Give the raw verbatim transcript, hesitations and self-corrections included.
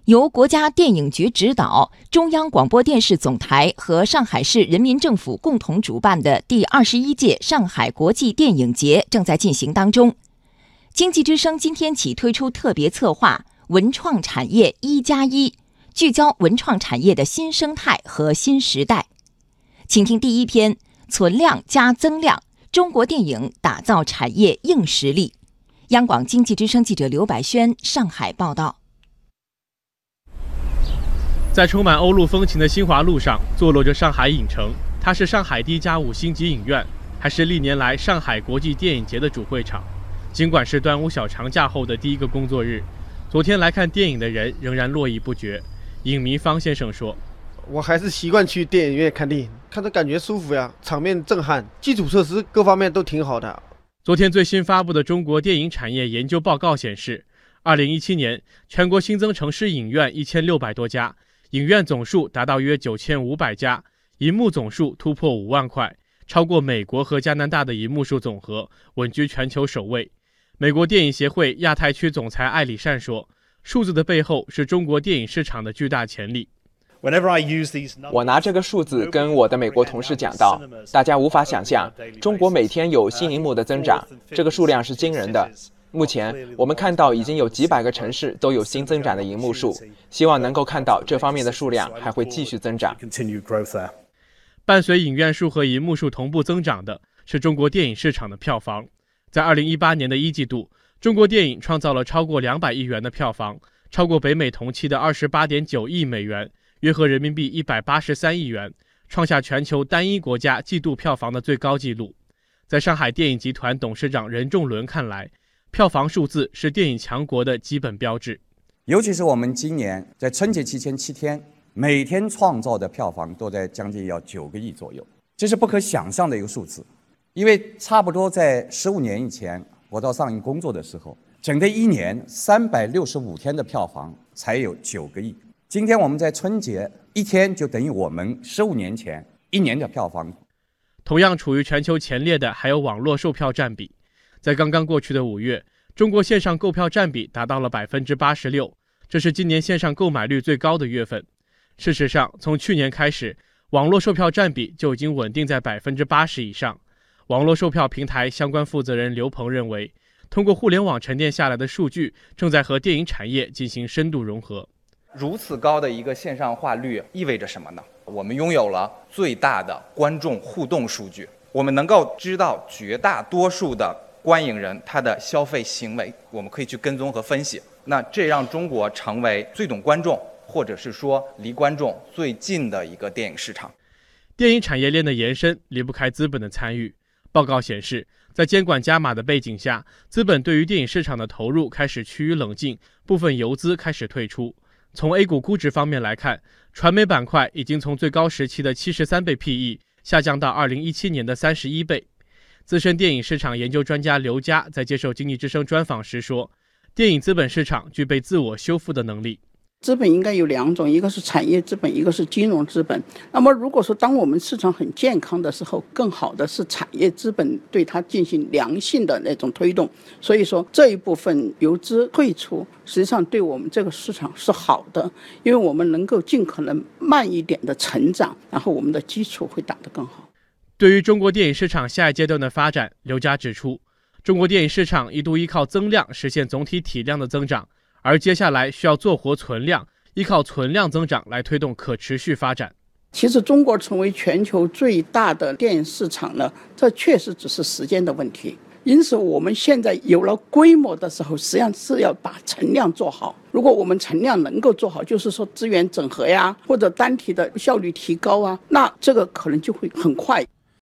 由国家电影局指导，中央广播电视总台和上海市人民政府共同主办的第二十一届上海国际电影节正在进行当中。经济之声今天起推出特别策划“文创产业一加一”，聚焦文创产业的新生态和新时代。请听第一篇：存量加增量，中国电影打造产业硬实力。央广经济之声记者刘百轩上海报道。 在充满欧陆风情的新华路上，坐落着上海影城。它是上海第一家五星级影院，还是历年来上海国际电影节的主会场。尽管是端午小长假后的第一个工作日，昨天来看电影的人仍然络绎不绝。影迷方先生说：“ 我还是习惯去电影院看电影，看着感觉舒服呀，场面震撼，基础设施各方面都挺好的。” 昨天最新发布的中国电影产业研究报告显示，二零一七年全国新增城市影院一千六百多家。影院总数达到约九千五百家，银幕总数突破五万块，超过美国和加拿大的银幕数总和，稳居全球首位。美国电影协会亚太区总裁艾里善说：“数字的背后是中国电影市场的巨大潜力。” 我拿这个数字跟我的美国同事讲到，大家无法想象，中国每天有新银幕的增长，这个数量是惊人的。目前我们看到已经有几百个城市都有新增长的银幕数，希望能够看到这方面的数量还会继续增长。 伴随影院数和银幕数同步增长的是中国电影市场的票房。在二零一八年的一季度，中国电影创造了超过两百亿元的票房，超过北美同期的 二十八点九亿美元，约合人民币一百八十三亿元，创下全球单一国家季度票房的最高纪录。在上海电影集团董事长任仲伦看来，票房数字是电影强国的基本标志。 尤其是我们今年在春节期间七天，每天创造的票房都在将近要九个亿左右，这是不可想象的一个数字。因为差不多在十五年以前，我到上映工作的时候，整个一年三百六十五天的票房才有九个亿。今天我们在春节一天就等于我们十五年前一年的票房。 同样处于全球前列的还有网络售票占比。在刚刚过去的五月，中国线上购票占比达到了 百分之八十六， 这是今年线上购买率最高的月份。事实上，从去年开始，网络售票占比就已经稳定在 百分之八十 以上。网络售票平台相关负责人刘鹏认为，通过互联网沉淀下来的数据正在和电影产业进行深度融合。 如此高的一个线上化率意味着什么呢？我们拥有了最大的观众互动数据，我们能够知道绝大多数的观影人他的消费行为，我们可以去跟踪和分析。那这让中国成为最懂观众，或者是说离观众最近的一个电影市场。 电影产业链的延伸离不开资本的参与。报告显示，在监管加码的背景下，资本对于电影市场的投入开始趋于冷静，部分游资开始退出。从 A 股估值方面来看，传媒板块已经从最高时期的七十三倍 P E 下降到二零一七年的三十一倍。资深电影市场研究专家刘佳在接受经济之声专访时说，电影资本市场具备自我修复的能力。 资本应该有两种，一个是产业资本，一个是金融资本。那么如果说当我们市场很健康的时候，更好的是产业资本对它进行良性的那种推动。所以说这一部分游资退出，实际上对我们这个市场是好的，因为我们能够尽可能慢一点的成长，然后我们的基础会打得更好。 对于中国电影市场下一阶段的发展，刘佳指出，中国电影市场一度依靠增量实现总体体量的增长，而接下来需要做活存量，依靠存量增长来推动可持续发展。 其实中国成为全球最大的电影市场呢，这确实只是时间的问题。因此我们现在有了规模的时候，实际上是要把存量做好。如果我们存量能够做好，就是说资源整合呀，或者单体的效率提高啊，那这个可能就会很快。